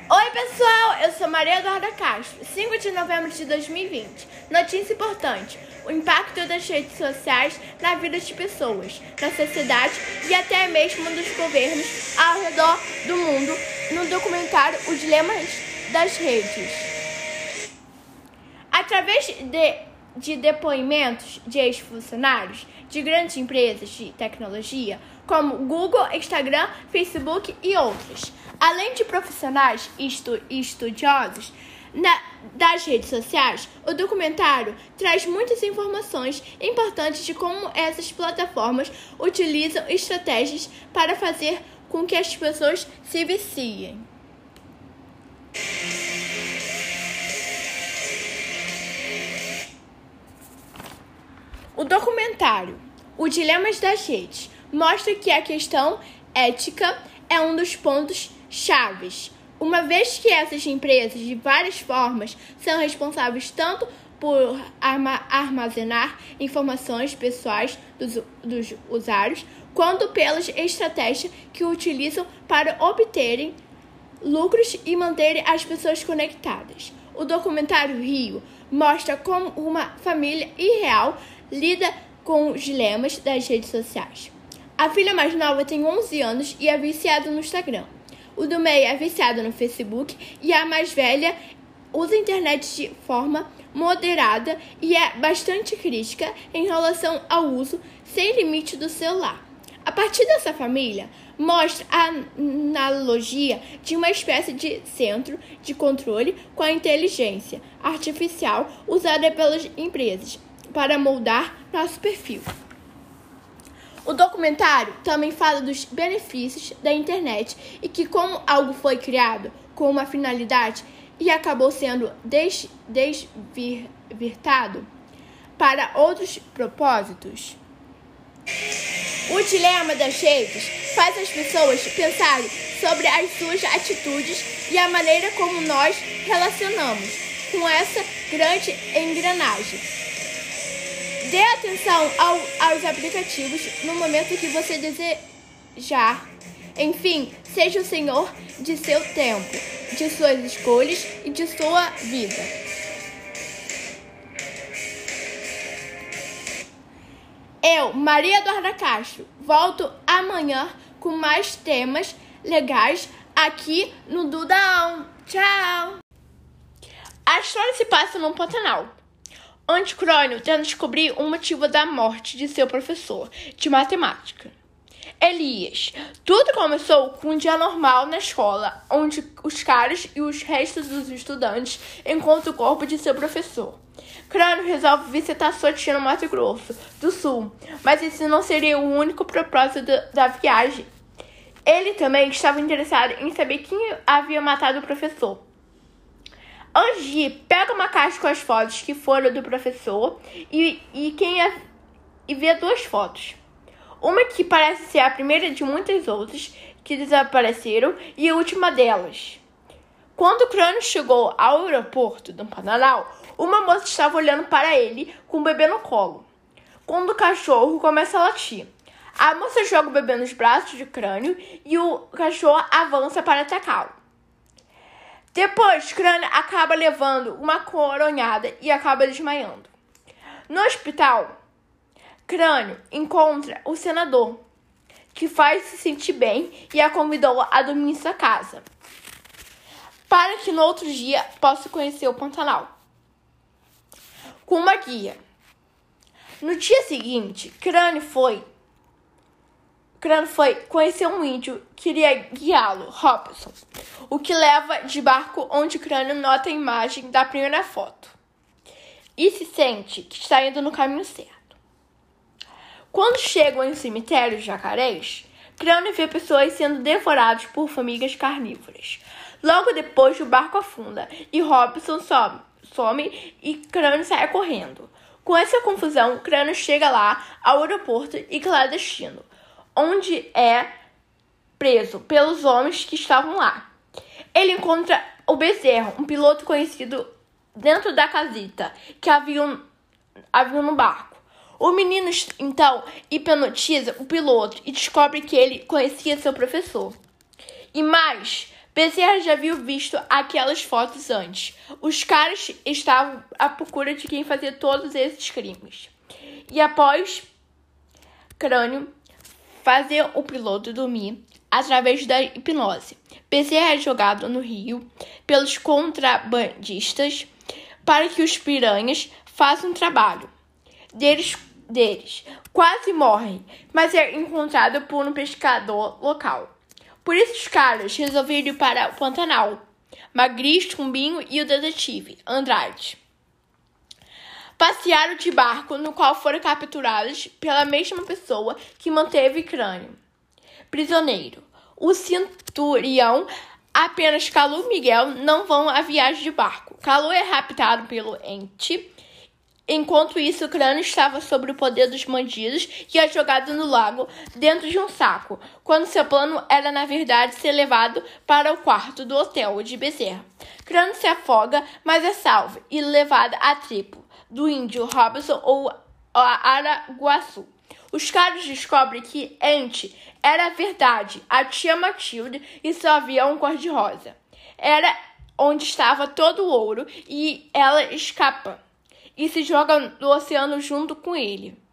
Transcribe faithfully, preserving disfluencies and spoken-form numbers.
Oi pessoal, eu sou Maria Eduarda Castro, cinco de novembro de dois mil e vinte. Notícia importante: o impacto das redes sociais na vida das pessoas, na sociedade e até mesmo dos governos ao redor do mundo, no documentário O Dilema das Redes. Através de, de depoimentos de ex-funcionários de grandes empresas de tecnologia, como Google, Instagram, Facebook e outras, além de profissionais e estu- estudiosos na, das redes sociais, o documentário traz muitas informações importantes de como essas plataformas utilizam estratégias para fazer com que as pessoas se viciem. O documentário O Dilema das Redes mostra que a questão ética é um dos pontos chaves, uma vez que essas empresas, de várias formas, são responsáveis tanto por arma- armazenar informações pessoais dos, dos usuários, quanto pelas estratégias que utilizam para obterem lucros e manterem as pessoas conectadas. O documentário Rio mostra como uma família irreal lida com os dilemas das redes sociais. A filha mais nova tem onze anos e é viciada no Instagram. O do meio é viciado no Facebook e a mais velha usa a internet de forma moderada e é bastante crítica em relação ao uso sem limite do celular. A partir dessa família, mostra a analogia de uma espécie de centro de controle com a inteligência artificial usada pelas empresas para moldar nosso perfil. O documentário também fala dos benefícios da internet e que, como algo foi criado com uma finalidade e acabou sendo des- desvirtado para outros propósitos, o dilema das redes faz as pessoas pensarem sobre as suas atitudes e a maneira como nós relacionamos com essa grande engrenagem. Dê atenção ao, aos aplicativos no momento que você desejar. Enfim, seja o senhor de seu tempo, de suas escolhas e de sua vida. Eu, Maria Eduarda Castro, volto amanhã com mais temas legais aqui no Dudão. Tchau! A história se passa num Pantanal, onde Crônio tenta descobrir o motivo da morte de seu professor de matemática, Elias. Tudo começou com um dia normal na escola, onde os caras e os restos dos estudantes encontram o corpo de seu professor. Crânio resolve visitar sua tia no Mato Grosso do Sul, mas esse não seria o único propósito da viagem. Ele também estava interessado em saber quem havia matado o professor. Antes de ir, pega uma caixa com as fotos que foram do professor e, e, quem é, e vê duas fotos. Uma que parece ser a primeira de muitas outras que desapareceram e a última delas. Quando o Crânio chegou ao aeroporto do Pantanal, uma moça estava olhando para ele com o bebê no colo. Quando o cachorro começa a latir, a moça joga o bebê nos braços de Crânio e o cachorro avança para atacá-lo. Depois, Crânio acaba levando uma coronhada e acaba desmaiando. No hospital, Crânio encontra o senador, que faz se sentir bem e a convidou a dormir em sua casa, para que no outro dia possa conhecer o Pantanal com uma guia. No dia seguinte, Crânio foi, Crânio foi conhecer um índio que iria guiá-lo, Robson, o que leva de barco, onde Crânio nota a imagem da primeira foto e se sente que está indo no caminho certo. Quando chegam em um cemitério de jacarés, Crânio vê pessoas sendo devoradas por formigas carnívoras. Logo depois, o barco afunda e Robson some, some e Crânio sai correndo. Com essa confusão, Crânio chega lá ao aeroporto e clandestino, onde é preso pelos homens que estavam lá. Ele encontra o Bezerro, um piloto conhecido dentro da casita que havia, havia no barco. O menino, então, hipnotiza o piloto e descobre que ele conhecia seu professor. E mais, Bezerra já havia visto aquelas fotos antes. Os caras estavam à procura de quem fazia todos esses crimes. E após Crânio fazer o piloto dormir através da hipnose, Bezerra é jogado no rio pelos contrabandistas para que os piranhas façam o trabalho deles, deles. Quase morrem, mas é encontrado por um pescador local. Por isso os caras resolveram ir para o Pantanal. Magris, Chumbinho e o detetive Andrade passearam de barco, no qual foram capturados pela mesma pessoa que manteve Crânio prisioneiro. O centurião apenas Calu e Miguel não vão à viagem de barco. Calu é raptado pelo ente. Enquanto isso, Crânio estava sob o poder dos bandidos e é jogado no lago dentro de um saco, quando seu plano era, na verdade, ser levado para o quarto do hotel de Bezerra. Crânio se afoga, mas é salvo e levado a tribo do índio Robinson ou Araguaçu. Os caras descobrem que Ente era a verdade, a tia Matilde e seu avião cor-de-rosa. Era onde estava todo o ouro e ela escapa e se joga no oceano junto com ele.